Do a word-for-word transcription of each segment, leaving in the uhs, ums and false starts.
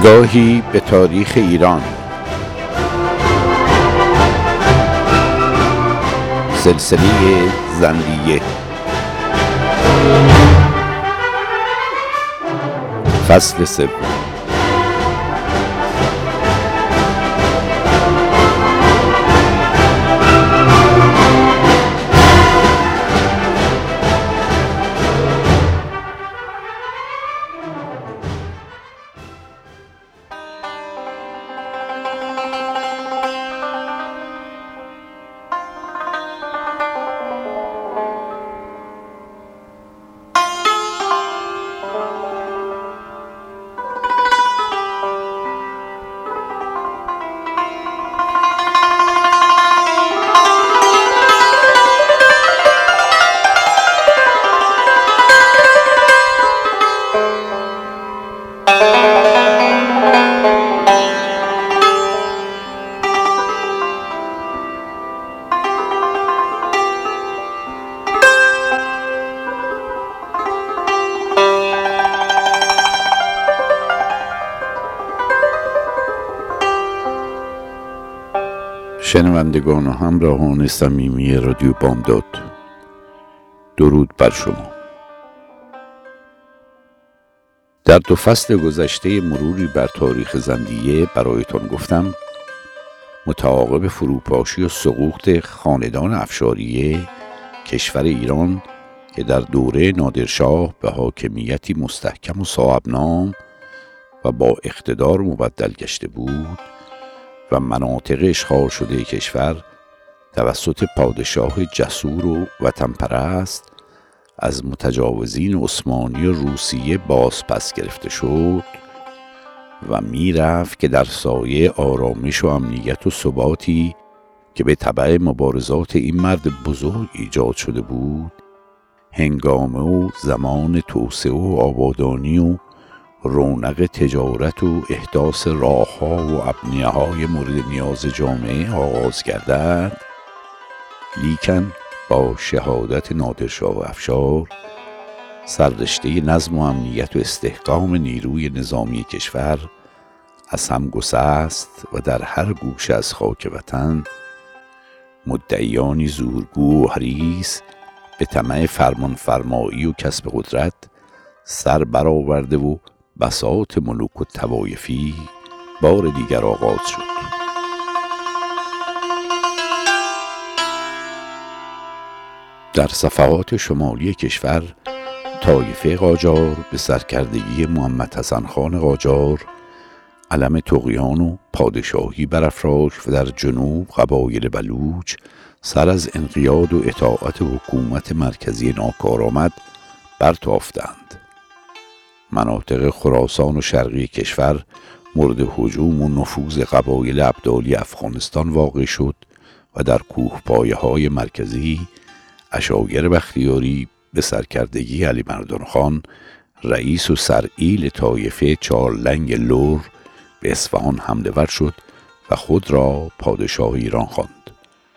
نگاهی به تاریخ ایران. سلسله زندیه، فصل سوم. شنوندگان و همراهان صمیمی رادیو بامداد، درود بر شما. در دو فصل گذشته مروری بر تاریخ زندیه برایتان گفتم متعاقب فروپاشی و سقوط خاندان افشاریه، کشور ایران که در دوره نادرشاه به حاکمیتی مستحکم و صاحبنام و با اقتدار مبدل گشته بود و مناطق اشغال شده کشور توسط پادشاه جسور و وطن پرست از متجاوزین عثمانی و روسیه باز پس گرفته شد و می رفت که در سایه آرامش و امنیت و ثباتی که به تبع مبارزات این مرد بزرگ ایجاد شده بود، هنگامه و زمان توسعه و آبادانی و رونق تجارت و احداث راه‌ها و ابنیه‌های مورد نیاز جامعه آغاز گردد، لیکن با شهادت نادرشاه افشار سررشته نظم و امنیت و استحکام نیروی نظامی کشور از هم گسست و در هر گوشه از خاک وطن مدعیانی زورگو و حریص به طمع فرمان فرمایی و کسب قدرت سر برآورده و بساط ملوک و طوایفی بار دیگر آغاز شد. در صفحات شمالی کشور طایفه قاجار به سرکردگی محمد حسن خان قاجار علم طغیان و پادشاهی برافراشت و در جنوب قبایل بلوچ سر از انقیاد و اطاعت حکومت مرکزی ناکارآمد برتافتند. مناطق خراسان و شرقی کشور مورد هجوم و نفوذ قبایل ابدالی افغانستان واقع شد و در کوهپایه‌های مرکزی عشایر بختیاری به سرکردگی علی مردان خان رئیس و سرایل طایفه چارلنگ لور به اصفهان حمله ور شد و خود را پادشاه ایران خواند.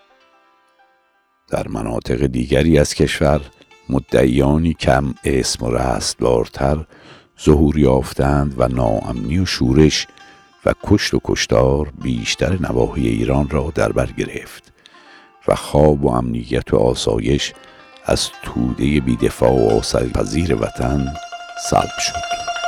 در مناطق دیگری از کشور مدعیانی کم اسم و رستگارتر ظهور یافتند و ناامنی و شورش و کشت و کشتار بیشتر نواحی ایران را در بر گرفت و خواب و امنیت و آسایش از توده بی‌دفاع و آسیب‌پذیر وطن سلب شد.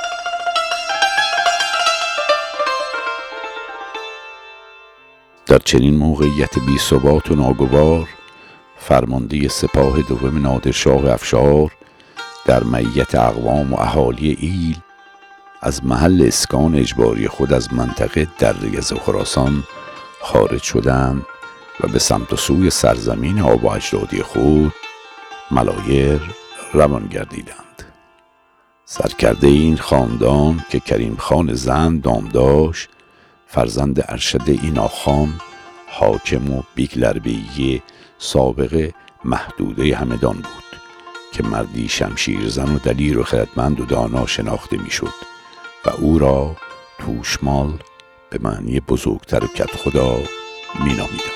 در چنین موقعیت بی‌ثبات و ناگوار فرمانده سپاه دوم نادرشاه افشار در معیت اقوام و اهالی ایل از محل اسکان اجباری خود از منطقه دره یزد و خراسان خارج شدند و به سمت و سوی سرزمین آب و اجدادی خود ملایر روان گردیدند. سرکرده این خاندان که کریم خان زند نام داشت، فرزند ارشد اینا خان حاکم و بیگلربه‌ای سابق محدوده همدان بود که مردی شمشیرزن و دلیر و خردمند و دانا شناخته میشد و او را توشمال به معنی بزرگتر و کدخدا می نامیدند.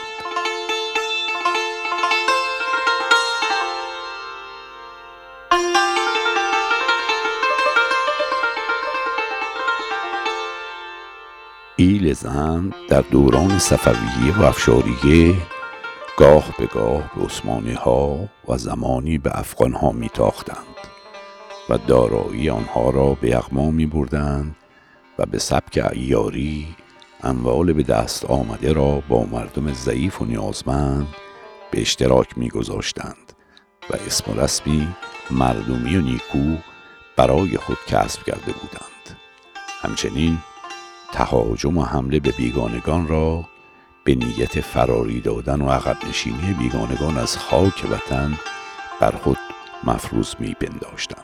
پیل زند در دوران صفویه و افشاریه گاه به گاه به عثمانی ها و زمانی به افغان ها می تاختند و دارایی آنها را به یغما می بردند و به سبک عیاری اموال به دست آمده را با مردم ضعیف و نیازمند به اشتراک می گذاشتند و اسم و رسمی مردمی و نیکو برای خود کسب کرده بودند. همچنین تهاجم و حمله به بیگانگان را به نیت فراری دادن و عقب نشینی بیگانگان از خاک وطن بر خود مفروض می پنداشتند.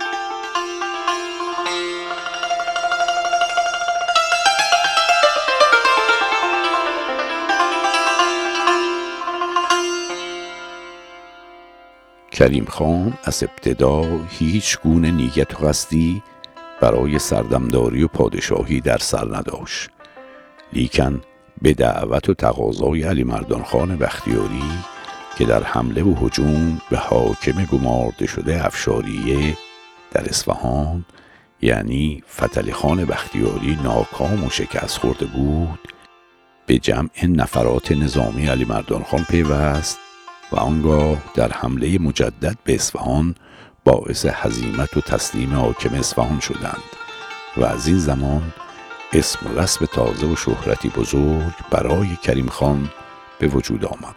کریم خان از ابتدا هیچ گونه نیت و قصدی برای سردمداری و پادشاهی در سر نداشت، لیکن به دعوت و تقاضای علی مردان خان بختیاری که در حمله و هجوم به حاکم گمارده شده افشاریه در اصفهان یعنی فتحعلی خان بختیاری ناکام و شکست خورده بود، به جمع نفرات نظامی علی مردان خان پیوست و آنگاه در حمله مجدد به اصفهان باعث هزیمت و تسلیم حاکم اصفهان شدند و از این زمان اسم و رسم تازه و شهرتی بزرگ برای کریم خان به وجود آمد.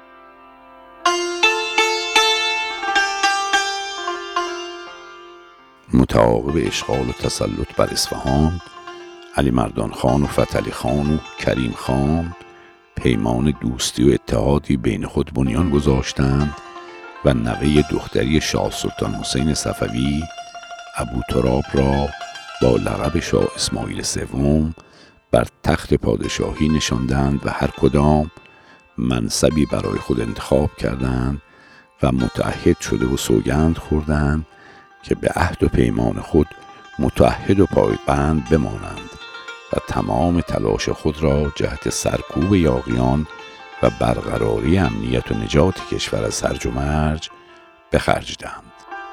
متعاقب اشغال و تسلط بر اصفهان، علی مردان خان و فتحعلی خان و کریم خان پیمان دوستی و اتحادی بین خود بنیان گذاشتند و نوه دختری شاه سلطان حسین صفوی ابوتراب را با لقب شاه اسماعیل سوم بر تخت پادشاهی نشاندند و هر کدام منصبی برای خود انتخاب کردند و متعهد شده و سوگند خوردند که به عهد و پیمان خود متعهد و پایبند بمانند و تمام تلاش خود را جهت سرکوب یاغیان و برقراری امنیت و نجات کشور از هرج و مرج به خرج دهند.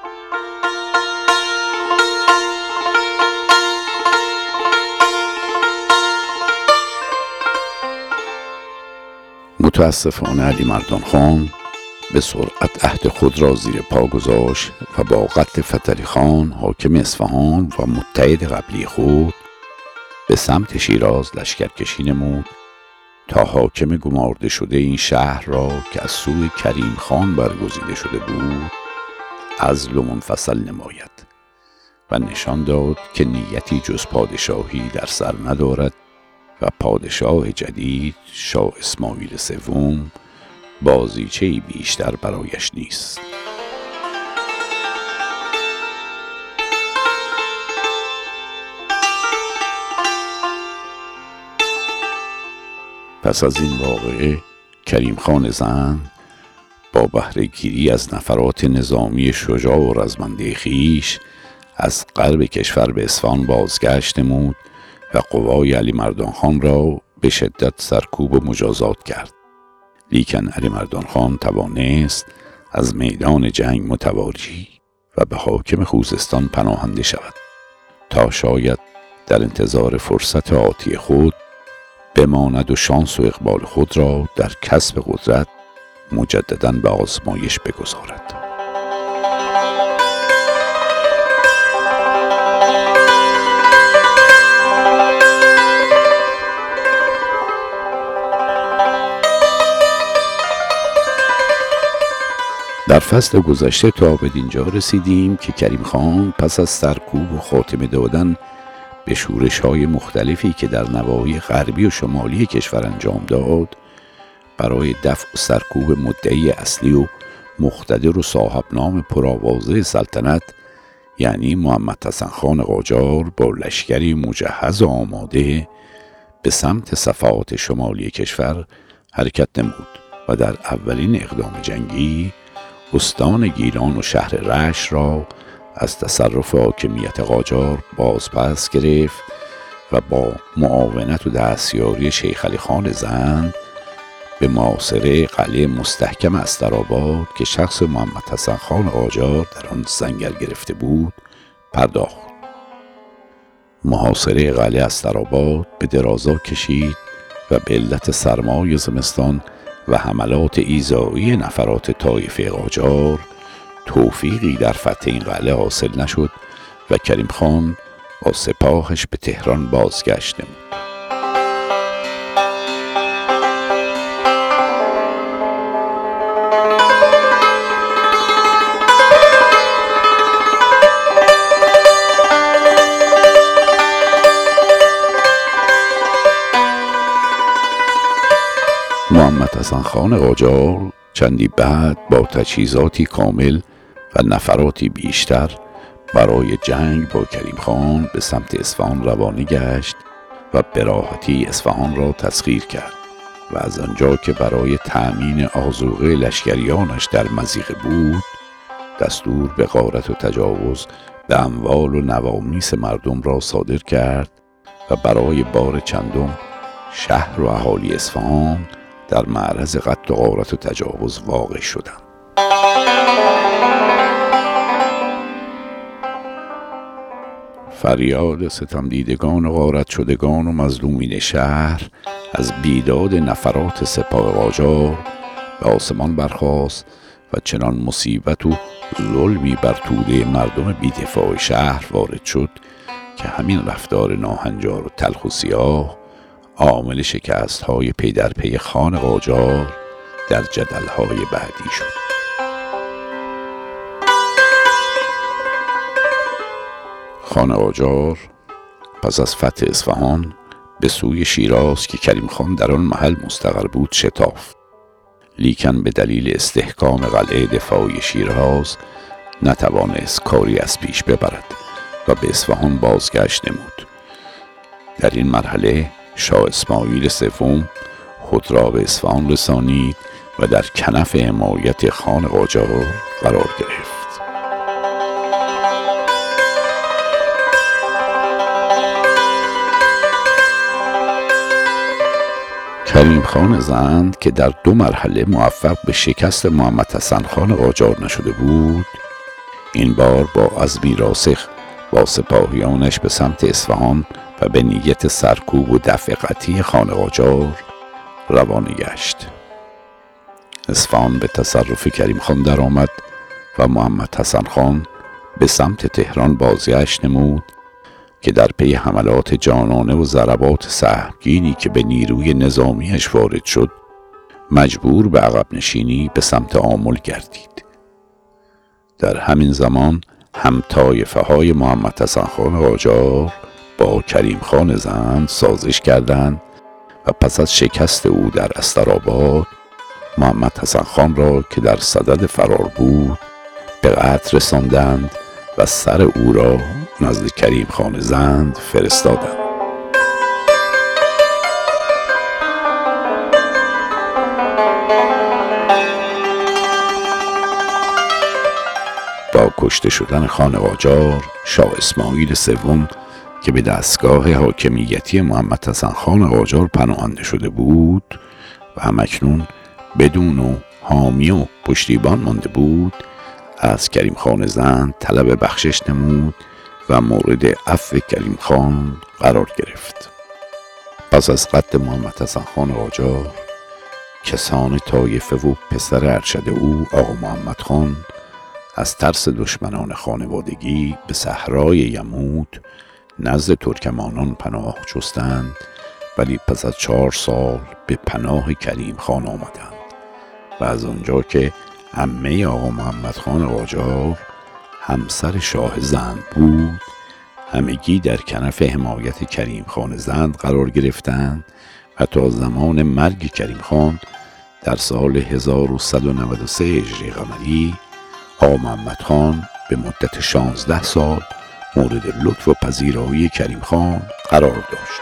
متاسفانه علی مردان خان به سرعت عهد خود را زیر پا گذاشت و با قتل فتحعلی خان حاکم اصفهان و متحد قبلی خود به سمت شیراز لشکرکشی نمود تا حاکم گمارده شده این شهر را که از سوی کریم خان برگزیده شده بود عزل و منفصل نماید و نشان داد که نیتی جز پادشاهی در سر ندارد و پادشاه جدید شاه اسماعیل سوم بازیچه‌ای بیشتر برایش نیست. پس از این واقعه کریم خان زند با بهره گیری از نفرات نظامی شجاع و رزمنده خویش از غرب کشور به اصفهان بازگشت نمود و قوای علی مردان خان را به شدت سرکوب و مجازات کرد. لیکن علی مردان خان توانست از میدان جنگ متواری و به حاکم خوزستان پناهنده شود تا شاید در انتظار فرصت آتی خود بماند و شانس و اقبال خود را در کسب قدرت مجدداً به آزمایش بگذارد. در فصل گذشته تا به اینجا رسیدیم که کریم خان پس از سرکوب و خاتمه دادن به شورش‌های مختلفی که در نواحی غربی و شمالی کشور انجام داد برای دفع و سرکوب مدعی اصلی و مقتدر و صاحب نام پرآوازه سلطنت یعنی محمد حسن خان قاجار با لشکری مجهز و آماده به سمت صفحات شمالی کشور حرکت نمود و در اولین اقدام جنگی استان گیلان و شهر رشت را از تصرف حاکمیت قاجار بازپس گرفت و با معاونت و دستیاری شیخ علی خان زند به محاصره قلعه مستحکم استرآباد که شخص محمد حسن خان قاجار در آن سنگر گرفته بود پرداخت. محاصره قلعه استرآباد به درازا کشید و به علت سرمای زمستان و حملات ایذایی نفرات طایفه قاجار توفیقی در فتح این قلعه حاصل نشد و کریم خان با سپاهش به تهران بازگشت نمود. محمد حسن خان قاجار چندی بعد با تجهیزاتی کامل و نفراتی بیشتر برای جنگ با کریم خان به سمت اصفهان روانه گشت و به راحتی اصفهان را تسخیر کرد و از آنجا که برای تأمین آذوقه لشکریانش در مضیقه بود، دستور به غارت و تجاوز به اموال و نوامیس مردم را صادر کرد و برای بار چندم شهر و اهالی اصفهان در معرض قتل و غارت و تجاوز واقع شدند. فریاد ستم دیدگان و غارت شدگان و مظلومین شهر از بیداد نفرات سپاه قاجار به آسمان برخاست و چنان مصیبت و ظلمی بر توده مردم بی‌دفاع شهر وارد شد که همین رفتار ناهنجار و تلخ و سیاه عامل شکست های پی در پی خان قاجار در جدل های بعدی شد. خان قاجار پس از فتح اصفهان به سوی شیراز که کریم خان در آن محل مستقر بود شتافت، لیکن به دلیل استحکام قلعه دفاعی شیراز نتوانست کاری از پیش ببرد و به اصفهان بازگشت نمود. در این مرحله شاه اسماعیل سوم خود را به اصفهان رسانید و در کنف حمایت خان قاجار قرار گرفت. کریم خان زند که در دو مرحله موفق به شکست محمد حسن خان قاجار نشده بود، این بار با عزمی راسخ با سپاهیانش به سمت اصفهان و به نیت سرکوب و دفع قطعی خان قاجار روانه گشت. اصفهان به تصرف کریم خان در آمد و محمد حسن خان به سمت تهران بازگشت نمود که در پی حملات جانانه و ضربات سهمگینی که به نیروی نظامیش وارد شد مجبور به عقب نشینی به سمت آمل گردید. در همین زمان هم طایفه های محمد حسن خان قاجار با کریم خان زند سازش کردند و پس از شکست او در استرآباد محمد حسن خان را که در صدد فرار بود به قتل رساندند و سر او را نزد کریم خان زند فرستادند. با کشته شدن خان قاجار، شاه اسماعیل سوم که به دستگاه حاکمیتی محمد حسن خان قاجار پناهنده شده بود و همکنون بدون و حامی و پشتیبان مانده بود، از کریم خان زند طلب بخشش نمود و مورد عفو کریم خان قرار گرفت. پس از قتل محمد حسن خان قاجار، کسان طایفه و پسر ارشد او آقا محمد خان از ترس دشمنان خانوادگی به صحرای یمود نزد ترکمانان پناه جستند، ولی پس از چهار سال به پناه کریم خان آمدند و از آنجا که عمه آقا محمد خان قاجار همسر شاه زند بود، همگی در کنف حمایت کریم خان زند قرار گرفتند و تا زمان مرگ کریم خان در سال هزار و صد و نود و سه هجری قمری آقا محمد خان به مدت شانزده سال مورد لطف و پذیرایی کریم خان قرار داشت.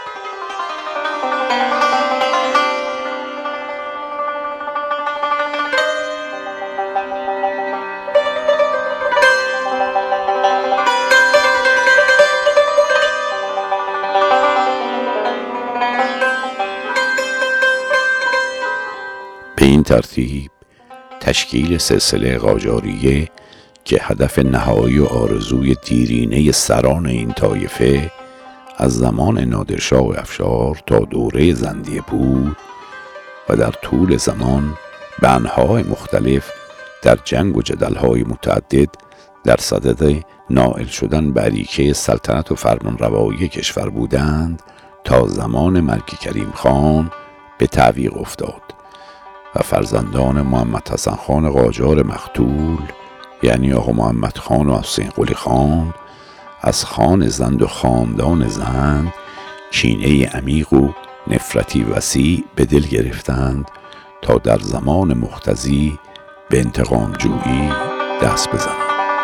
به این ترتیب تشکیل سلسله قاجاریه که هدف نهایی و آرزوی دیرینه سران این طایفه از زمان نادرشاه افشار تا دوره زندیه بود و در طول زمان به انواع مختلف در جنگ و جدل‌های متعدد در صدد نائل شدن به اریکه سلطنت و فرمانروایی کشور بودند تا زمان مرگ کریم خان به تعویق افتاد و فرزندان محمد حسن خان قاجار مقتول یعنی آقا محمد خان و حسین قلی خان از خان زند و خاندان زند کینه عمیق و نفرتی وسیع به دل گرفتند تا در زمان مقتضی به انتقام جویی دست بزنند.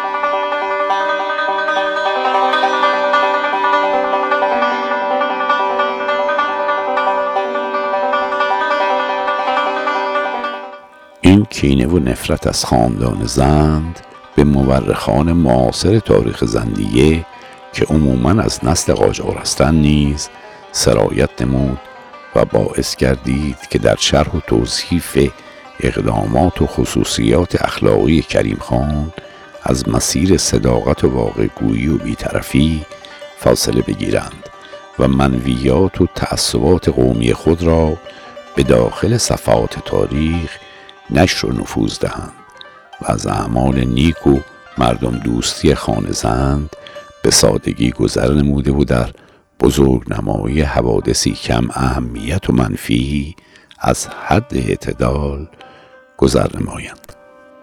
این کینه و نفرت از خاندان زند به مورخان معاصر تاریخ زندیه که عموماً از نسل قاجار هستند نیز سرایت نمود و باعث گردید که در شرح و توصیف اقدامات و خصوصیات اخلاقی کریم خان از مسیر صداقت و واقع‌گویی و بی‌طرفی فاصله بگیرند و منویات و تعصبات قومی خود را به داخل صفحات تاریخ نشر و نفوذ دهند و از اعمال نیک و مردم دوستی خان زند به سادگی گذر نموده و در بزرگ نمایی حوادثی کم اهمیت و منفی از حد اعتدال گذر نمایند.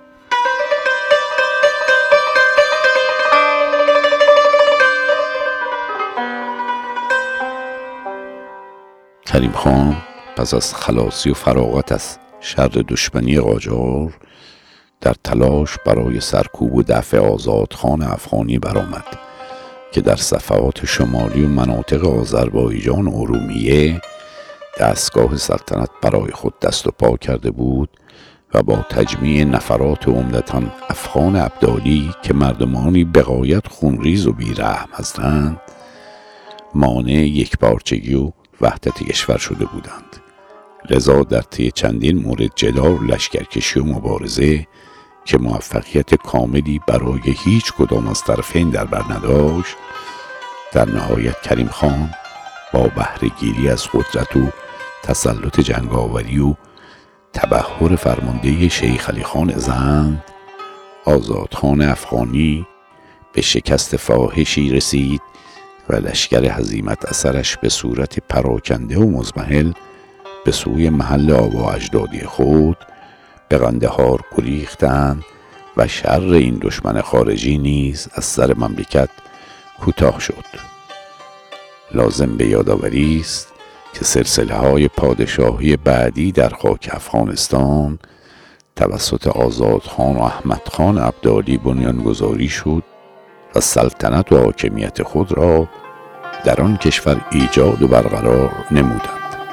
کریم خان پس از خلاصی و فراغت از شر دشمنی قاجار در تلاش برای سرکوب و دفع آزادخان افغانی برآمد که در صفحات شمالی و مناطق آذربایجان و ارومیه دستگاه سلطنت برای خود دست و پا کرده بود و با تجمیع نفرات عمدتاً افغان ابدالی که مردمانی بغایت خونریز و بیرحم هستند مانع یکپارچگی و وحدت کشور شده بودند. لذا در طی چندین مورد جدال و لشکرکشی و مبارزه که موفقیت کاملی برای هیچ کدام از طرفین در بر نداشت، در نهایت کریم خان با بهره‌گیری از قدرت و تسلط جنگاوری و تبحر فرمانده شیخ علی خان زند آزادخان افغانی به شکست فاحشی رسید و لشکر هزیمت اثرش به صورت پراکنده و مضمحل به سوی محل آبا اجدادی خود به قندهار گریختند و شر این دشمن خارجی نیز از سر مملکت کوتاه شد. لازم به یادآوری است که سلسله های پادشاهی بعدی در خاک افغانستان توسط آزادخان و احمدخان ابدالی بنیانگذاری شد و سلطنت و حاکمیت خود را در آن کشور ایجاد و برقرار نمودند.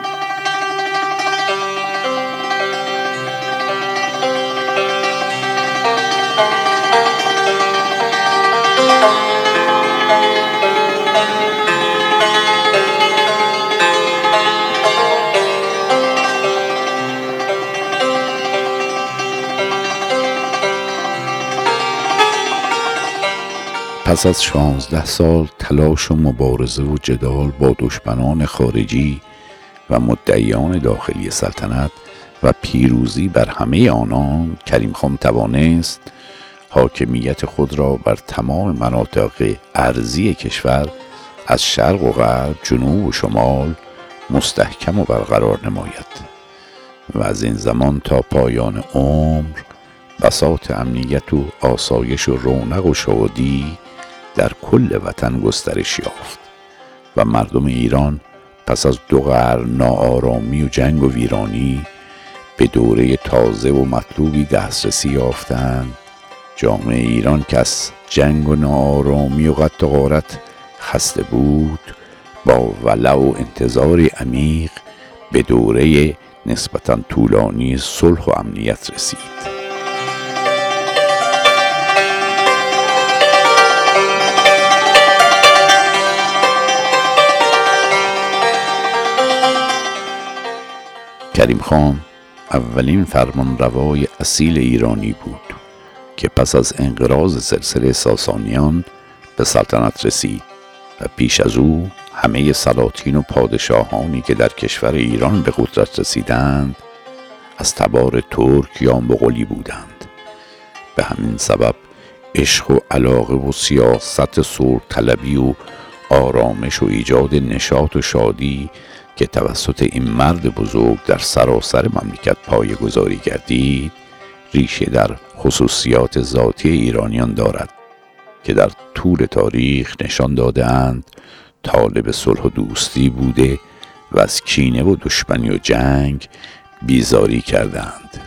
پس از شانزده سال تلاش و مبارزه و جدال با دشمنان خارجی و مدعیان داخلی سلطنت و پیروزی بر همه آنان، کریم خان توانست حاکمیت خود را بر تمام مناطق ارضی کشور از شرق و غرب، جنوب و شمال مستحکم و برقرار نماید و از این زمان تا پایان عمر بساط امنیت و آسایش و رونق و شادی در کل وطن گسترش یافت و مردم ایران پس از دو قرن ناآرامی و جنگ و ویرانی به دوره تازه و مطلوبی دسترسی یافتند. جامعه ایران که از جنگ و ناآرامی و قطع و غارت خسته بود با ولع و انتظاری عمیق به دوره نسبتاً طولانی صلح و امنیت رسید. کریم خان اولین فرمانروای اصیل ایرانی بود که پس از انقراض سلسله ساسانیان به سلطنت رسید و پیش از او همه سلاطین و پادشاهانی که در کشور ایران به قدرت رسیدند از تبار ترک یا مغولی بودند. به همین سبب عشق و علاقه و سیاست صلح طلبی و آرامش و ایجاد نشاط و شادی که توسط این مرد بزرگ در سراسر مملکت پایه‌گذاری گردید ریشه در خصوصیات ذاتی ایرانیان دارد که در طول تاریخ نشان داده‌اند طالب صلح و دوستی بوده و از کینه و دشمنی و جنگ بیزاری کردند.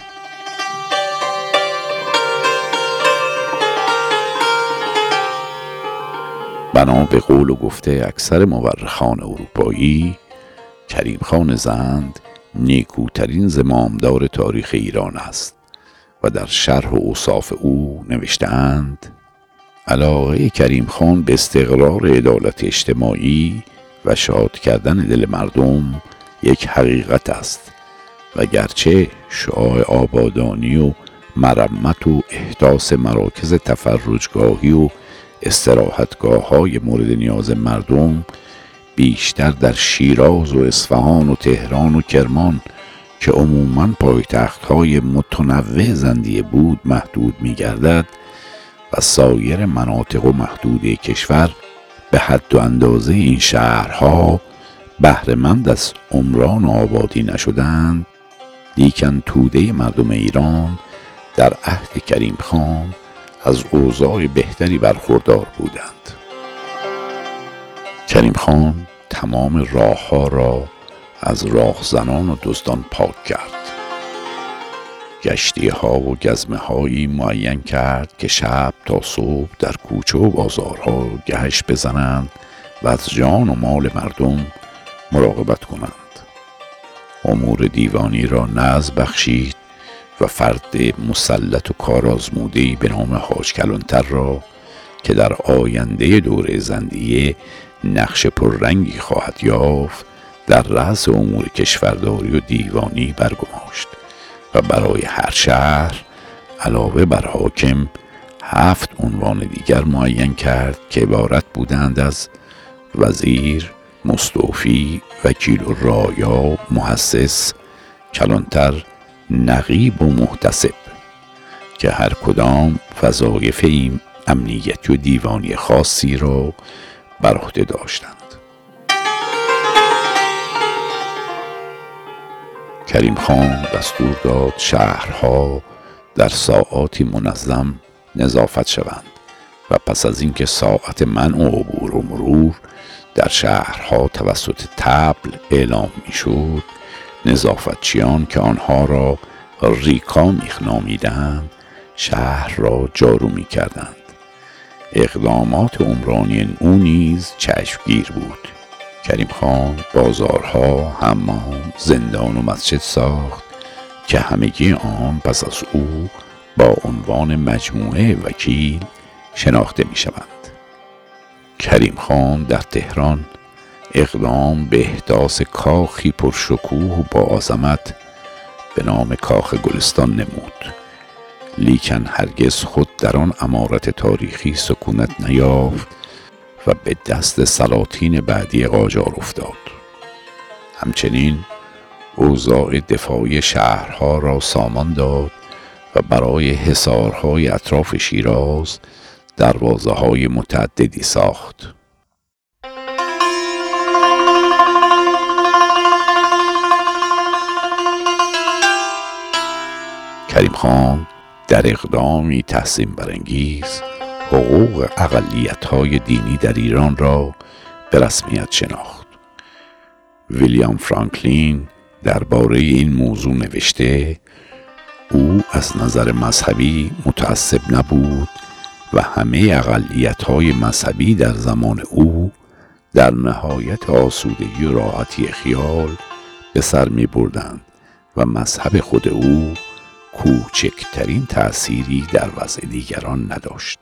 بنا به قول و گفته اکثر مورخان اروپایی، کریم خان زند نیکوترین زمامدار تاریخ ایران است و در شرح و اوصاف او نوشته‌اند: علاقه کریم خان به استقرار عدالت اجتماعی و شاد کردن دل مردم یک حقیقت است و گرچه شعاع آبادانی و مرمت و احداث مراکز تفرجگاهی و استراحتگاه های مورد نیاز مردم بیشتر در شیراز و اصفهان و تهران و کرمان که عموماً پایتخت های متنوع زندیه بود محدود می گردد و سایر مناطق و محدوده کشور به حد و اندازه این شهرها بهره‌مند از عمران و آبادی نشدند، لیکن توده مردم ایران در عهد کریم خان از اوضاع بهتری برخوردار بودند. کریم خان تمام راه ها را از راهزنان و دزدان پاک کرد. گشتی ها و گزمه هایی معین کرد که شب تا صبح در کوچه و بازارها گشت بزنند و از جان و مال مردم مراقبت کنند. امور دیوانی را نظم بخشید و فرد مسلط و کارآزموده‌ای به نام حاج کلانتر را که در آینده دوره زندیه نقش پررنگی خواهد یافت در رأس امور کشورداری و دیوانی برگماشت و برای هر شهر علاوه بر حاکم هفت عنوان دیگر معین کرد که عبارت بودند از وزیر، مستوفی، وکیل الرایا، محسس، کلانتر، نقیب و محتسب که هر کدام وظایف امنیتی و دیوانی خاصی را بر عهده داشتند. کریم خان دستور داد شهرها در ساعاتی منظم نظافت شوند و پس از اینکه ساعت منع و عبور و مرور در شهرها توسط طبل اعلام میشد، نظافتچیان که آنها را ریکا می‌نامیدند شهر را جارو می‌کردند. اقدامات عمرانی او نیز چشمگیر بود. کریم خان بازارها، حمام، زندان و مسجد ساخت که همگی آن پس از او با عنوان مجموعه وکیل شناخته می‌شوند. کریم خان در تهران اقدام به احداث کاخی پرشکوه و با عظمت به نام کاخ گلستان نمود، لیکن هرگز خود در آن عمارت تاریخی سکونت نیافت و به دست سلاطین بعدی قاجار افتاد. همچنین اوضاع دفاعی شهرها را سامان داد و برای حصارهای اطراف شیراز دروازه های متعددی ساخت. کریم خان در اقدامی تحسین برانگیز حقوق اقلیت‌های دینی در ایران را به رسمیت شناخت. ویلیام فرانکلین درباره این موضوع نوشته: او از نظر مذهبی متعصب نبود و همه اقلیت‌های مذهبی در زمان او در نهایت آسودگی و راحتی خیال به سر می‌بردند و مذهب خود او کوچکترین تأثیری در وضع دیگران نداشت.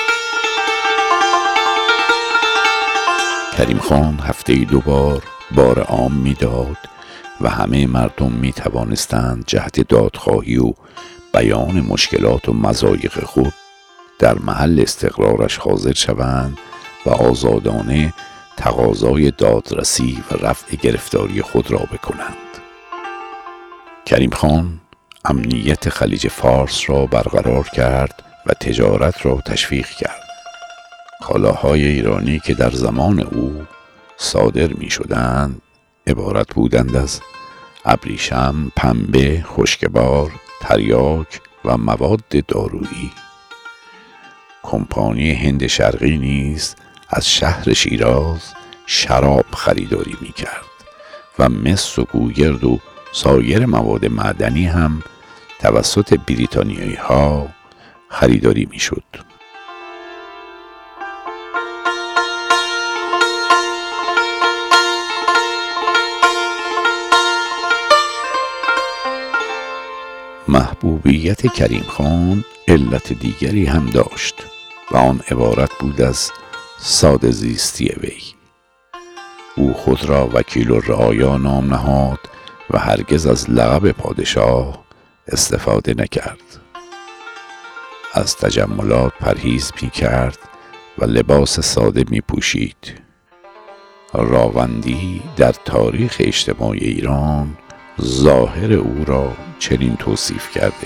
کریم خان هفته دو بار بار عام میداد و همه مردم می توانستند جهت دادخواهی و بیان مشکلات و مضایق خود در محل استقرارش حاضر شوند و آزادانه تقاضای دادرسی و رفع گرفتاری خود را بکنند. کریم خان امنیت خلیج فارس را برقرار کرد و تجارت را تشویق کرد. کالاهای ایرانی که در زمان او صادر می شدند عبارت بودند از ابریشم، پنبه، خشکبار، تریاک و مواد دارویی. کمپانی هند شرقی نیز از شهر شیراز شراب خریداری می کرد و مس و گوگرد و سایر مواد معدنی هم توسط بریتانیایی ها خریداری می شد. محبوبیت کریم خان علت دیگری هم داشت و آن عبارت بود از ساده زیستی وی. او خود را وکیل الرعایا نام نهاد و هرگز از لقب پادشاه استفاده نکرد. از تجملات پرهیز می کرد و لباس ساده می پوشید. راوندی در تاریخ اجتماعی ایران ظاهر او را چنین توصیف کرده: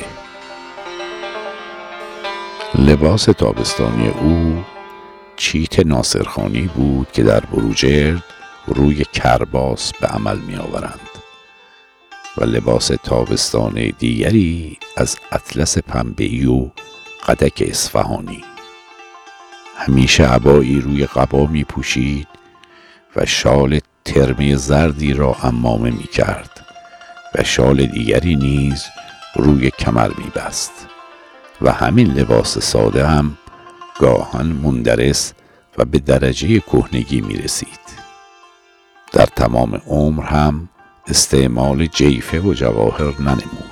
لباس تابستانی او چیت ناصرخانی بود که در بروجرد روی کرباس به عمل می آورند و لباس تابستانه دیگری از اطلس پنبه‌ای و قدک اصفهانی. همیشه عبایی روی قبا می پوشید و شال ترمه زردی را عمامه می کرد و شال دیگری نیز روی کمر می بست و همین لباس ساده هم گاهن مندرس و به درجه کهنگی می رسید. در تمام عمر هم استعمال جیفه و جواهر ننمود.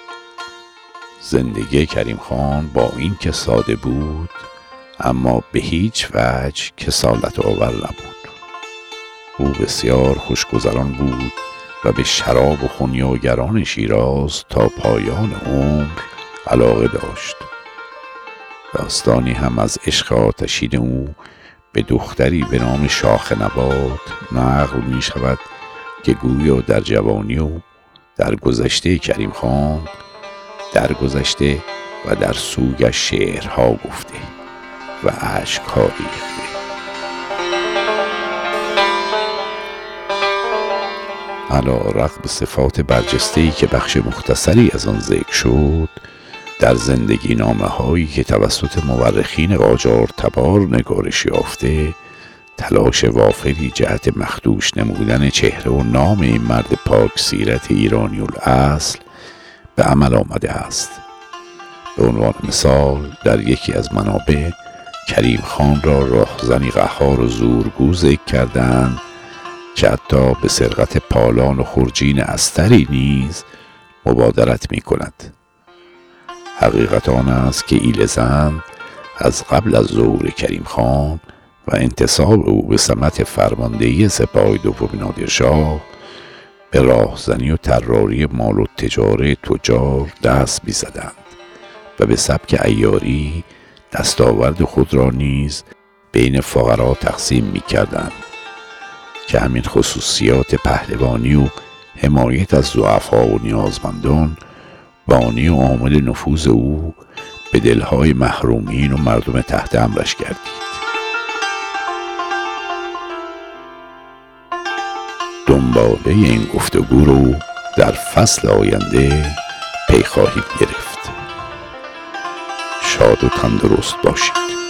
زندگی کریم خان با این که ساده بود اما به هیچ وجه کسالت آور نبود. او بسیار خوشگذران بود و به شراب و خنیاگران شیراز تا پایان عمر علاقه داشت. داستانی هم از عشق آتشین او به دختری به نام شاخ نبات نقل می شود که گویا در جوانی و در گذشته کریم خان در گذشته و در سوگش شعرها گفته و اشک‌ها ریخته. علی رغم صفات برجسته‌ای که بخش مختصری از آن ذکر شد، در زندگی نامه هایی که توسط مورخین قاجار تبار نگارش یافته، تلاش وافری جهت مخدوش نمودن چهره و نام این مرد پاک سیرت ایرانی الاصل به عمل آمده است. به عنوان مثال در یکی از منابع کریم خان را راهزنی قهار و زورگو ذکر کردند که حتی به سرقت پالان و خرجین استری نیز مبادرت می کند. حقیقت آن است که ایلزند از قبل از ظهور کریم خان و انتصاب او به سمت فرماندهی سپاه دوم نادرشاه به راهزنی و طراری مال و تجاره تجار دست می‌زدند و به سبک عیاری دستاورد خود را نیز بین فقرا تقسیم می‌کردند که همین خصوصیات پهلوانی و حمایت از ضعفا و نیازمندان بانی و عامل نفوذ او به دلهای محرومین و مردم تحت امرش گردید. دنباله این گفتگو رو در فصل آینده پی خواهیم گرفت. شاد و تندرست باشید.